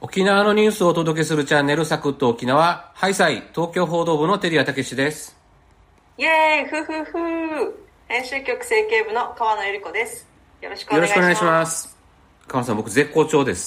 沖縄のニュースをお届けするチャンネルサクッと沖縄、ハイサイ東京報道部の照屋武です。 イエーイ、ふふふ。編集局整形部の川野由里子です。よろしくお願いします。 よろしくお願いします。川野さん、僕絶好調です。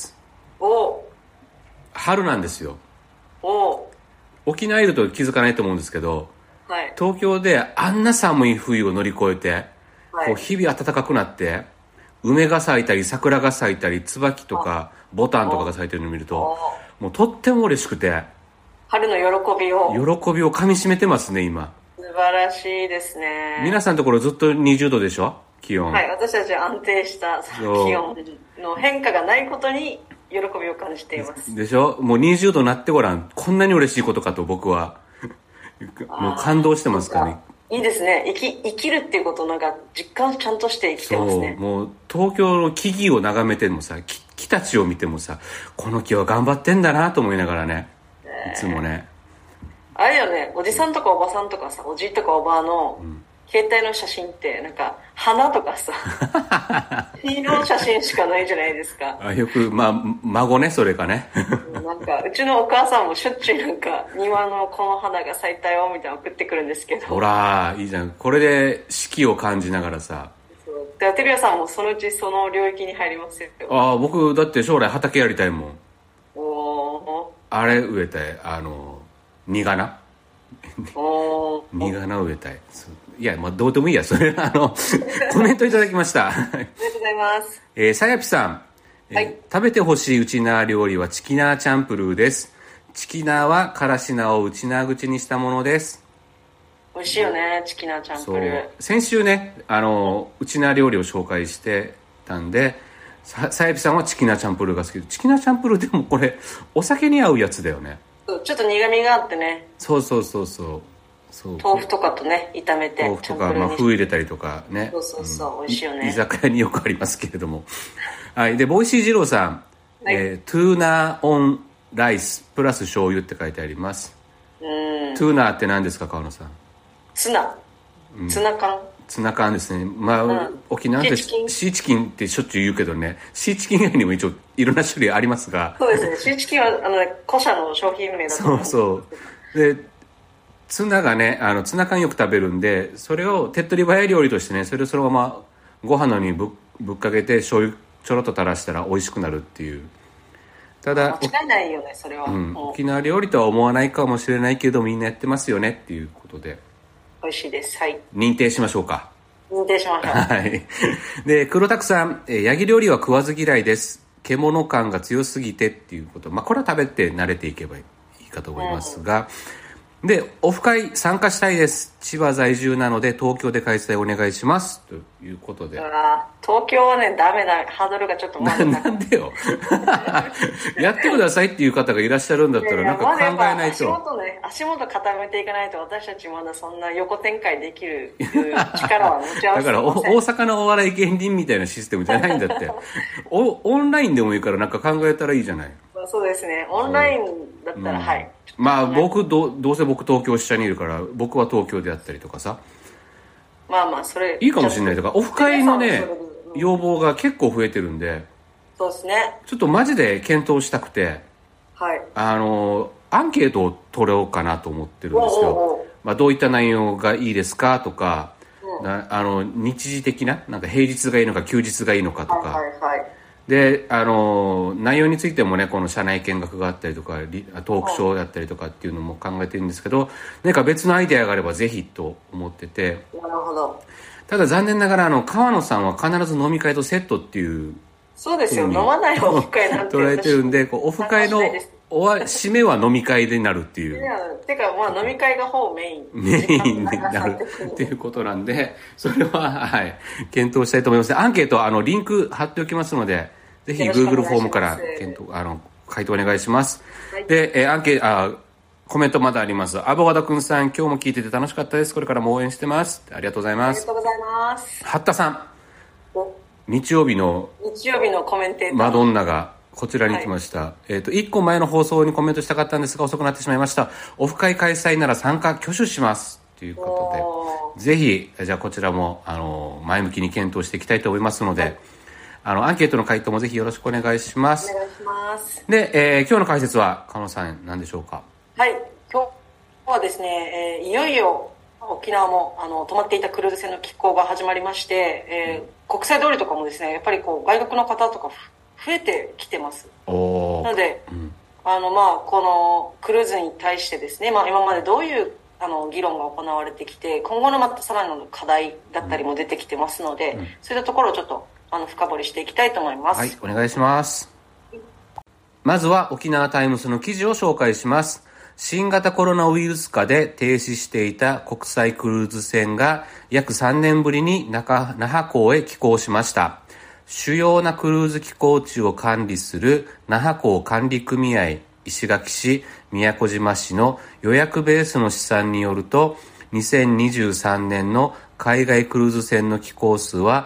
春なんですよ。沖縄いると気づかないと思うんですけど、 はい、 東京であんな寒い冬を乗り越えて、 はい、 こう日々暖かくなって梅が咲いたり桜が咲いたり椿とかボタンとかが咲いてるのを見るともうとっても嬉しくて、 春の喜びをかみしめてますね今。 素晴らしいですね。 皆さんのところずっと20度でしょ気温。 はい、私たちは安定した気温の変化がないことに喜びを感じていますでしょ。もう20度になってごらん、こんなに嬉しいことかと僕はもう感動してますからね。 いいですね。生きるっていうことをなんか実感ちゃんとして生きてますね。 そう、もう東京の木々を眺めてもさ、木たちを見てもさ、この木は頑張ってんだなと思いながらね、いつもね。 あれよね、おじさんとかおばさんとかさ、おじいとかおばあの、携帯の写真ってなんか花とかさ黄色の写真しかないじゃないですか。 よく孫ね、それかねなんかうちのお母さんもしょっちゅうなんか庭のこの花が咲いたよみたいなの送ってくるんですけど、 ほらいいじゃん、これで四季を感じながらさ。 で照屋さんもそのうちその領域に入りますよ。 僕だって将来畑やりたいもん。あれ植えたい、ニガナニガナ植えたい。いや、どうでもいいや、それコメントいただきましたありがとうございます。 さやぴさん、 はい、 食べてほしいうちなー料理はチキナーチャンプルーです。チキナーはからし菜をうちなー口にしたものです。 美味しいよね、チキナーチャンプルー。 先週ね、うちなー料理を紹介してたんで、さやぴさんはチキナーチャンプルーが好きで、チキナーチャンプルーでもこれお酒に合うやつだよね。 ちょっと苦味があってね。 そう豆腐とかとね炒めて、 豆腐とか麩入れたりとかね。 美味しいよね。 居酒屋によくありますけれどもはい。でボイシー二郎さん、 はい、 トゥーナーオンライスプラス醤油って書いてあります。トゥーナーって何ですか、川野さん。ツナ缶ですね。沖縄ってシーチキンってしょっちゅう言うけどね、シーチキン以外にも一応いろんな種類ありますが。 そうですね、シーチキンは古社の商品名だと思うんですけど。 でツナがね、ツナ缶よく食べるんで、それを手っ取り早い料理としてね、それをそのままご飯の上にぶっかけて醤油ちょろっと垂らしたら美味しくなるっていう。ただ間違いないよね、それは。 沖縄料理とは思わないかもしれないけどみんなやってますよねっていうことで美味しいです。はい、 認定しましょうか。 認定しましょう。 はいで黒沢さん、ヤギ料理は食わず嫌いです。獣感が強すぎてっていうこと、これは食べて慣れていけばいいかと思いますが、でオフ会参加したいです。千葉在住なので東京で開催お願いしますということで。 東京はねダメだ、ハードルがちょっとなんでよやってくださいっていう方がいらっしゃるんだったらなんか考えないと。 足元固めていかないと私たちまだそんな横展開できる力は持ち合わせてませんだから大阪のお笑い芸人みたいなシステムじゃないんだってオンラインでもいいからなんか考えたらいいじゃない。 そうですね、オンラインだったら、はい。 どうせ僕東京下にいるから僕は東京であったりとかさ、 それいいかもしれないとか、オフ会のね要望が結構増えてるんで、 そうですね、 ちょっとマジで検討したくて、 はい、 アンケートを取ろうかなと思ってるんですよ。どういった内容がいいですかとか、日時的な、なんか平日がいいのか休日がいいのかとか、で内容についてもね、この社内見学があったりとかトークショーだったりとかっていうのも考えてるんですけど、何か別のアイデアがあればぜひと思ってて。 なるほど。 ただ残念ながら川野さんは必ず飲み会とセットっていう、 そうですよ、飲まないオフ会なんて捉えてるんで、オフ会の締めは飲み会になるっていうてか飲み会がほぼメインになるっていうことなんで、それははい検討したいと思います。アンケートリンク貼っておきますので、ぜひ Google フォームから回答お願いします。はい、で、コメントまだあります。アボガドくんさん、今日も聞いてて楽しかったです。これからも応援してます。ありがとうございます。 ありがとうございます。 八田さん、日曜日のコメンテーターマドンナがこちらに来ました。はい、1個前の放送にコメントしたかったんですが遅くなってしまいました。オフ会開催なら参加挙手しますということで、ぜひじゃあこちらも前向きに検討していきたいと思いますので、 アンケートの回答もぜひよろしくお願いします。 お願いします。 で、今日の解説は加納さん何でしょうか？ はい、今日はですね、いよいよ沖縄も止まっていたクルーズ船の寄港が始まりまして、国際通りとかもですね、やっぱりこう外国の方とか増えてきてます。なので、このクルーズに対してですね、今までどういう議論が行われてきて、今後のまたさらなる課題だったりも出てきてますので、そういったところをちょっと深掘りしていきたいと思います。 はい、お願いします。まずは沖縄タイムズの記事を紹介します。新型コロナウイルス下で停止していた国際クルーズ船が約3年ぶりに那覇港へ寄港しました。主要なクルーズ寄港地を管理する那覇港管理組合石垣市、宮古島市の予約ベースの試算によると、2023年の海外クルーズ船の寄港数は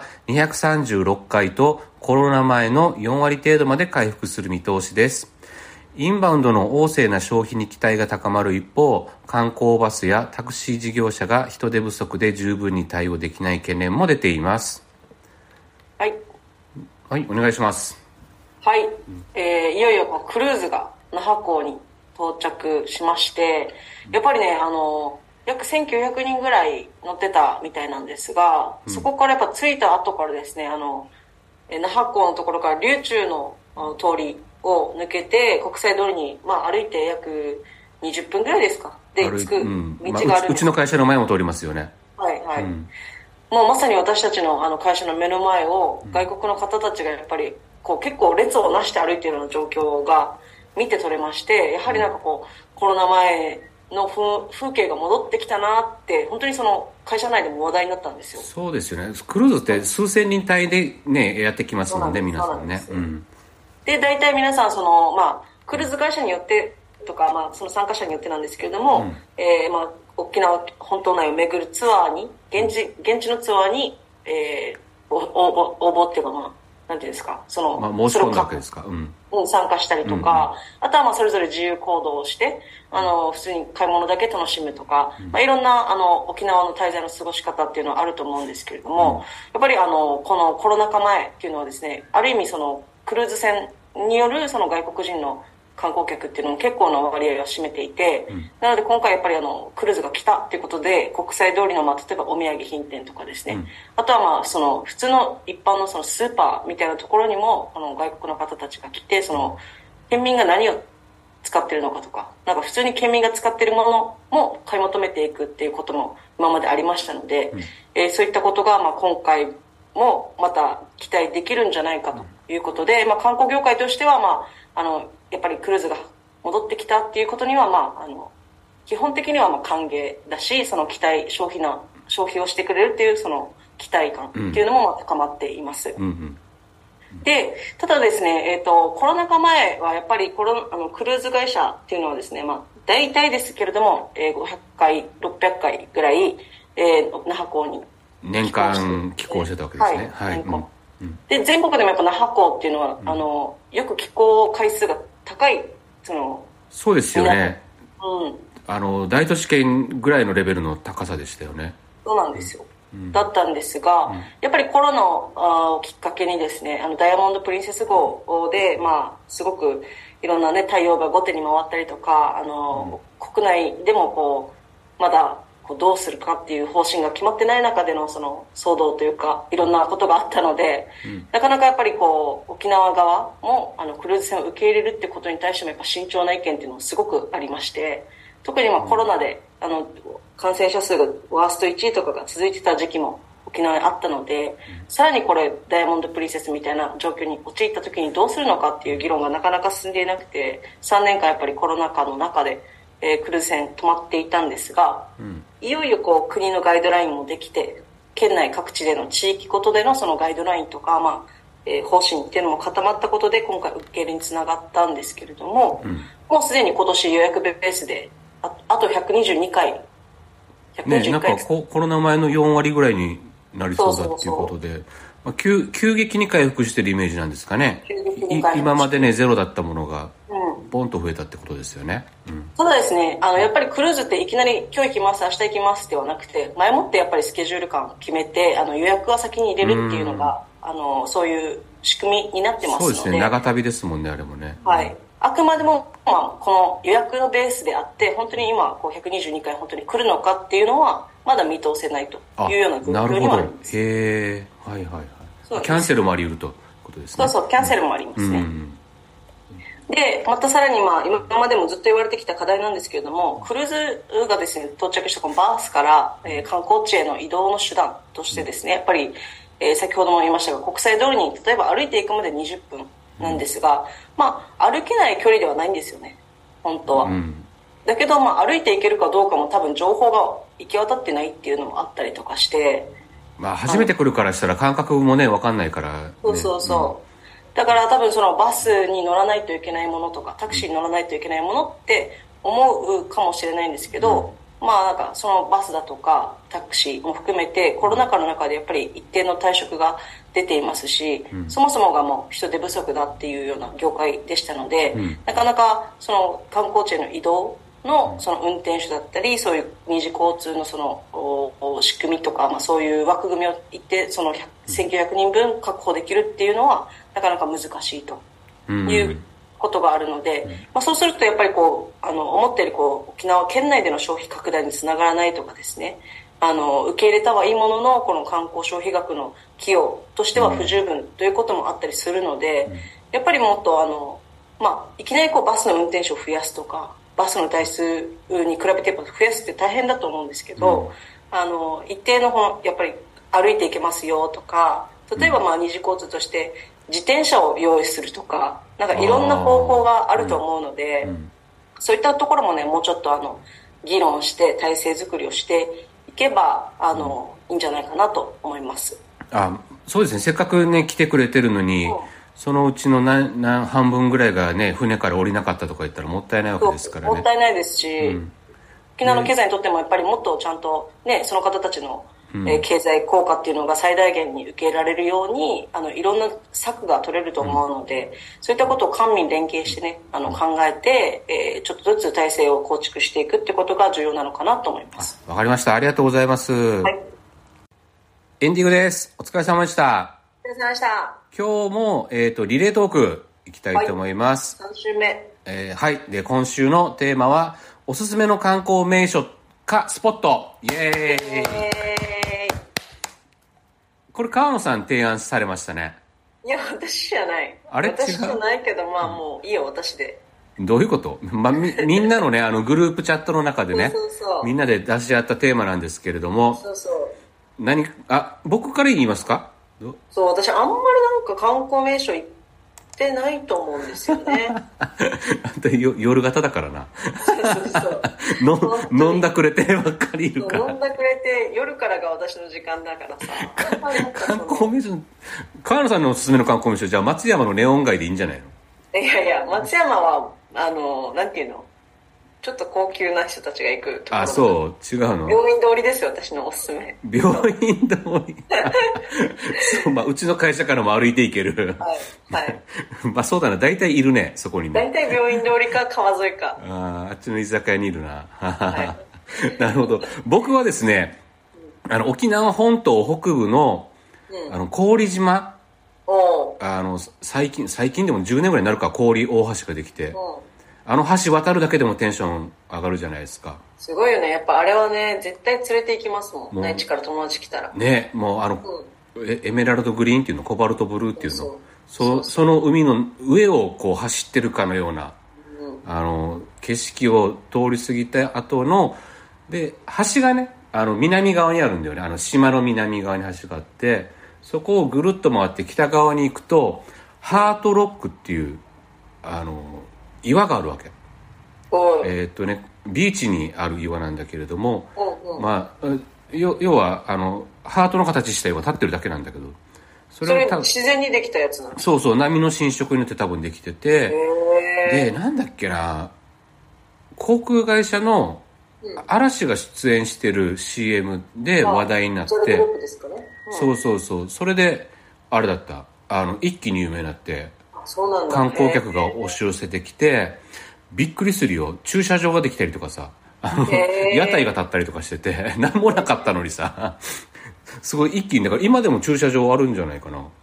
236回とコロナ前の4割程度まで回復する見通しです。インバウンドの旺盛な消費に期待が高まる一方、観光バスやタクシー事業者が人手不足で十分に対応できない懸念も出ています。 はい。 はい、お願いします。 はい。いよいよクルーズが那覇港に到着しまして、やっぱりね、約1900人ぐらい乗ってたみたいなんですが、そこからやっぱ着いた後からですね、那覇港のところから琉球の通りを抜けて国際通りに、歩いて約20分ぐらいですかで着く道があるんです。 うちの会社の前も通りますよね。 はいはい。もうまさに私たちの会社の目の前を外国の方たちがやっぱり結構列をなして歩いているような状況が見て取れまして、やはりコロナ前の風景が戻ってきたなって本当にその会社内でも話題になったんですよ。 そうですよね。クルーズって数千人単位でねやってきますもんね、皆さんね。 で大体皆さんクルーズ会社によってとか、その参加者によってなんですけれども、沖縄本島内を巡るツアーに現地のツアーに、応募っていうかなんていうんですか、 申し込んだわけですか。 参加したりとか、あとはそれぞれ自由行動をして普通に買い物だけ楽しむとか、いろんな沖縄の滞在の過ごし方っていうのはあると思うんですけれども、やっぱりこのコロナ禍前っていうのはですね、ある意味クルーズ船による外国人の観光客っていうのも結構な割合を占めていて、なので今回やっぱりクルーズが来たっていうことで国際通りの例えばお土産品店とかですね、あとは普通の一般のスーパーみたいなところにも外国の方たちが来て、県民が何を使ってるのかとか、普通に県民が使ってるものも買い求めていくっていうことも今までありましたので、そういったことが今回もまた期待できるんじゃないかということで、観光業界としてはやっぱりクルーズが戻ってきたっていうことには基本的には歓迎だし、その期待消費をしてくれるっていう期待感っていうのも高まっています。でただですね、コロナ禍前はやっぱりクルーズ会社っていうのはですね、大体ですけれども、500回600回ぐらい、那覇港に年間寄港してたわけですね。 で全国でもやっぱ那覇港っていうのは、よく寄港回数が高いそうですよね。大都市圏ぐらいのレベルの高さでしたよね。 そうなんですよ。だったんですが、やっぱりコロナをきっかけにですね、ダイヤモンドプリンセス号ですごくいろんなね対応が後手に回ったりとか、国内でもまだどうするかっていう方針が決まってない中での騒動というかいろんなことがあったので、なかなかやっぱり沖縄側もクルーズ船を受け入れるってことに対してもやっぱ慎重な意見っていうのがすごくありまして、特にコロナで感染者数がワースト1位とかが続いてた時期も沖縄にあったので、さらにダイヤモンドプリンセスみたいな状況に陥った時にどうするのかっていう議論がなかなか進んでいなくて、3年間やっぱりコロナ禍の中でクルーズ船止まっていたんですが、いよいよ国のガイドラインもできて、県内各地での地域ごとでのそのガイドラインとか、方針っていうのも固まったことで今回受け入れにつながったんですけれども、もうすでに今年予約ベースであと122回なんかコロナ前の4割ぐらいになりそうだっていうことで、急激に回復してるイメージなんですかね。今までねゼロだったものがボンと増えたってことですよね。 そうですね。やっぱりクルーズっていきなり今日行きます明日行きますではなくて、前もってやっぱりスケジュール感決めて予約は先に入れるっていうのがそういう仕組みになってますので。 そうですね、長旅ですもんね、あれもね。 はい。あくまでも、この予約のベースであって、本当に今、122回本当に来るのかっていうのは、まだ見通せないというような状況にはあります。 へえ、はいはいはい。キャンセルもあり得るということですね。 そうそう、キャンセルもありますね。で、またさらに今までもずっと言われてきた課題なんですけれども、クルーズがですね、到着したこのバースから、観光地への移動の手段としてですね、やっぱり、先ほども言いましたが、国際通りに例えば歩いていくまで20分なんですが、歩けない距離ではないんですよね、本当は。だけど、歩いていけるかどうかも多分情報が行き渡ってないっていうのもあったりとかして、 初めて来るからしたら感覚もね、わかんないから、ね。 そうそうそう。だから多分そのバスに乗らないといけないものとかタクシーに乗らないといけないものって思うかもしれないんですけど、なんかそのバスだとかタクシーも含めてコロナ禍の中でやっぱり一定の退職が出ていますし、そもそもがもう人手不足だっていうような業界でしたので、なかなかその観光地への移動のその運転手だったり、そういう二次交通のその仕組みとか、そういう枠組みを言ってその1900人分確保できるっていうのはなかなか難しいということがあるので、そうするとやっぱり思ったより沖縄県内での消費拡大につながらないとかですね、受け入れたはいいもののこの観光消費額の寄与としては不十分ということもあったりするので、やっぱりもっといきなりバスの運転手を増やすとかバスの台数に比べてやっぱ増やすって大変だと思うんですけど、一定のやっぱり歩いていけますよとか、例えば二次交通として自転車を用意するとか、なんかいろんな方法があると思うので、そういったところもね、もうちょっと議論して体制作りをしていけばいいんじゃないかなと思います。 そうですね、せっかくね来てくれてるのに、そのうちの半分ぐらいがね船から降りなかったとか言ったらもったいないわけですからね。 もったいないですし、沖縄の経済にとってもやっぱりもっとちゃんとね、その方たちの経済効果っていうのが最大限に受け入れられるようにいろんな策が取れると思うので、そういったことを官民連携してね考えて、ちょっとずつ体制を構築していくってことが重要なのかなと思います。 わかりました。ありがとうございます。はい、エンディングです。お疲れ様でした。 お疲れ様でした。 今日もリレートークいきたいと思います。 3週目。 はい。で今週のテーマはおすすめの観光名所かスポット。イエーイ。これ川野さん提案されましたね。 いや私じゃない。 あれ私じゃないけどもういいよ私で。 どういうこと？みんなのねグループチャットの中でねみんなで出し合ったテーマなんですけれども。僕から言いますか？ そう、私あんまりなんか観光名所行ってないと思うんですよね。 夜型だからな。そう飲んだくれてばっかりいるから。 飲んだくれて夜からが私の時間だからさ。 観光名所、川野さんのおすすめの観光名所、じゃあ松山のネオン街でいいんじゃないの？いやいや、松山はなんていうの、ちょっと高級な人たちが行くところ。 そう違うの。 病院通りですよ、私のおすすめ。 病院通り。そう、うちの会社からも歩いて行ける。はい。そうだな、大体いるね、そこにね。 大体病院通りか川沿いか。 あっちの居酒屋にいるな。はい、なるほど。僕はですね、沖縄本島北部の郡島。最近でも10年ぐらいになるか、郡大橋ができて。橋渡るだけでもテンション上がるじゃないですか。 すごいよね。やっぱあれはね、絶対連れて行きますもん。内地から友達来たら。 ね、もうエメラルドグリーンっていうの、コバルトブルーっていうの。その海の上を走ってるかのような、景色を通り過ぎた後の、で、橋がね、南側にあるんだよね。島の南側に橋があって、そこをぐるっと回って北側に行くと、ハートロックっていう、岩があるわけ。ビーチにある岩なんだけれども、要はハートの形した岩が立ってるだけなんだけど、 それ自然にできたやつなの？ そうそう、波の浸食によって多分できてて、でなんだっけな、航空会社の嵐が出演してる CM で話題になって、そうそれであれだった、一気に有名になって、観光客が押し寄せてきて、びっくりするよ。駐車場ができたりとかさ、屋台が建ったりとかしてて、何もなかったのにさ、すごい一気に、だから今でも駐車場あるんじゃないかな。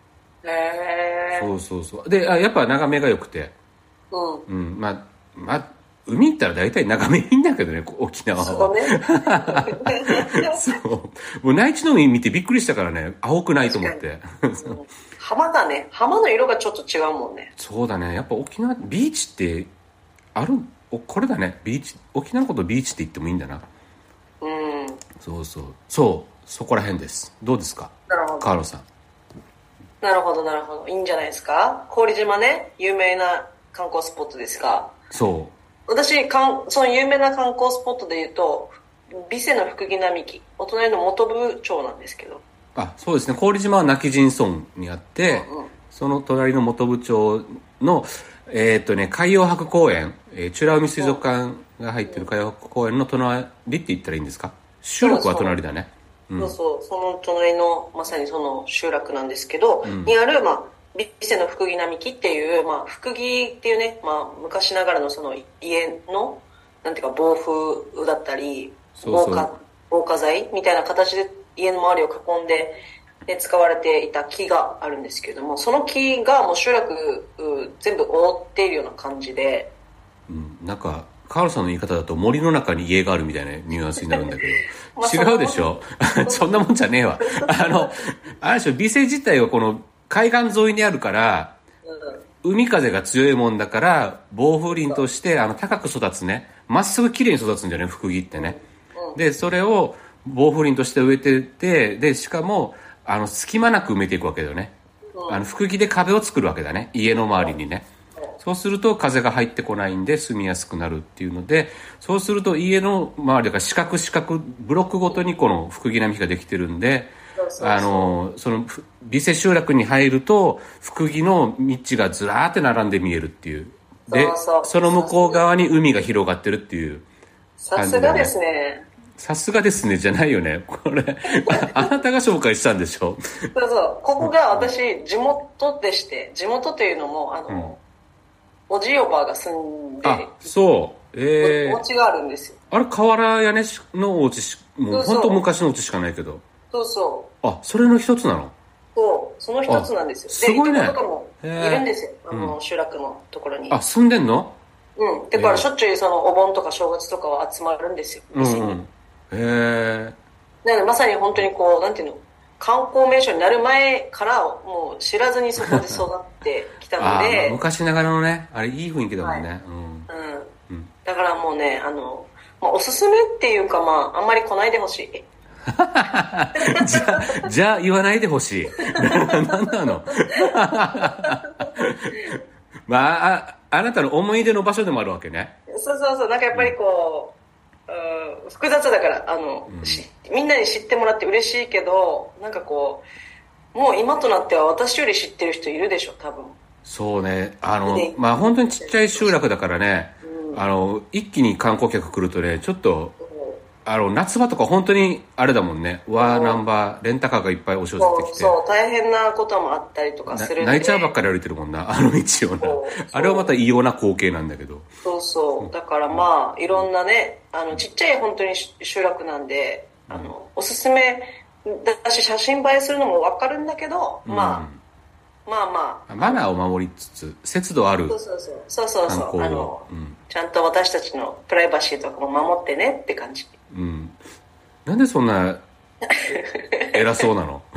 へー。 そうそうそう。で、やっぱ眺めが良くて。うん。まあ、海行ったら大体眺めいいんだけどね、沖縄は。 そうね。 そう。もう内地の海見てびっくりしたからね、青くないと思って。 浜の色がちょっと違うもんね。 そうだね。やっぱ沖縄、ビーチって、これだね。ビーチ、沖縄のことビーチって言ってもいいんだな。そうそう。そこら辺です。どうですか？ なるほど。 カーロさん。 なるほど。いいんじゃないですか？郡島ね、有名な観光スポットですが。 そう。 私、その有名な観光スポットで言うと、備瀬の福木並木、お隣の本部町なんですけど。 そうですね。郡島は今帰仁村にあって、その隣の本部町の、海洋博公園、美ら海水族館が入ってる海洋博公園の隣って言ったらいいんですか？集落は隣だね。 そうそう、その隣の、まさにその集落なんですけど、にある、備瀬の福木並木っていう、福木っていうね、昔ながらのその家の、なんていうか、防風だったり、防火剤みたいな形で家の周りを囲んで、使われていた木があるんですけれども、その木がもう集落全部覆っているような感じで、 なんかカールさんの言い方だと森の中に家があるみたいなニュアンスになるんだけど違うでしょそんなもんじゃねえわあれでしょ、美瀬自体はこの海岸沿いにあるから、海風が強いもんだから防風林として高く育つね、まっすぐ綺麗に育つんだよね、福木ってね。でそれを防風林として植えてて、でしかも隙間なく埋めていくわけだよね。福木で壁を作るわけだね、家の周りにね。そうすると風が入ってこないんで住みやすくなるっていうので、そうすると家の周りが四角ブロックごとにこの福木並木ができてるんで、その美瀬集落に入ると福木の道がずらーって並んで見えるっていう。で、その向こう側に海が広がってるっていう感じで、ね。 さすがですね。 さすがですねじゃないよね。これあなたが紹介したんでしょ。 そうそう。ここが私地元でして、地元というのもおじいおばあが住んで、 そう。 お家があるんですよ。 あれ瓦屋根のお家もう本当昔のお家しかないけど。 そうそう。 それの一つなの？ そう、その一つなんですよ。 すごいね。 で、いとことかもいるんですよ。集落のところに。 住んでんの？ だからしょっちゅうそのお盆とか正月とかは集まるんですよ。なのでまさに本当にこう、なんていうの、観光名所になる前からもう知らずにそこで育ってきたので昔ながらのね、あれいい雰囲気だもんね。 だからもうね、おすすめっていうか、あんまり来ないでほしい。 じゃあ言わないでほしい。何なの？あなたの思い出の場所でもあるわけね。 そうなんかやっぱりこう、複雑だからみんなに知ってもらって嬉しいけど、なんかこう、もう今となっては私より知ってる人いるでしょ、多分。 そうね。本当にちっちゃい集落だからね、一気に観光客来るとね、ちょっと夏場とか本当にあれだもんね。ナンバーレンタカーがいっぱい押し寄せてきて、 そう大変なこともあったりとかするんで、 泣いちゃうばっかり歩いてるもんな、道をな。あれはまた異様な光景なんだけど。 だからいろんなね、ちっちゃい本当に集落なんで、おすすめだし写真映えするのも分かるんだけど、マナーを守りつつ節度ある観光を、 ちゃんと私たちのプライバシーとかも守ってねって感じ。 なんでそんな偉そうなの？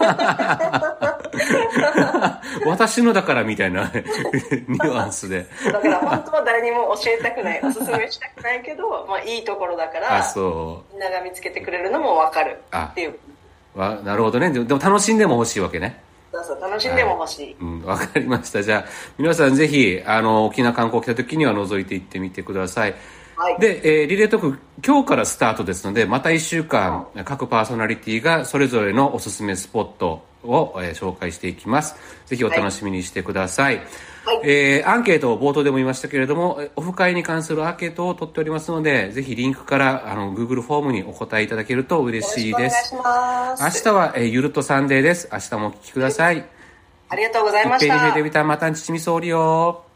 私のだからみたいなニュアンスで。 だから本当は誰にも教えたくない、おすすめしたくないけど、いいところだからみんなが見つけてくれるのも分かるっていう。 なるほどね。でも楽しんでも欲しいわけね。 そう楽しんでも欲しい。 わかりました。じゃあ皆さんぜひ沖縄観光来た時には覗いていってみてください。で、リレートーク今日からスタートですので、また1週間各パーソナリティがそれぞれのおすすめスポットを、紹介していきます。ぜひお楽しみにしてください。アンケートを冒頭でも言いましたけれども、オフ会に関するアンケートを取っておりますので、ぜひリンクからGoogle フォームにお答えいただけると嬉しいです。 よろしくお願いします。 明日は、ゆるっとサンデーです。明日もお聞きください。 ありがとうございました。 またんちちみそうりよ。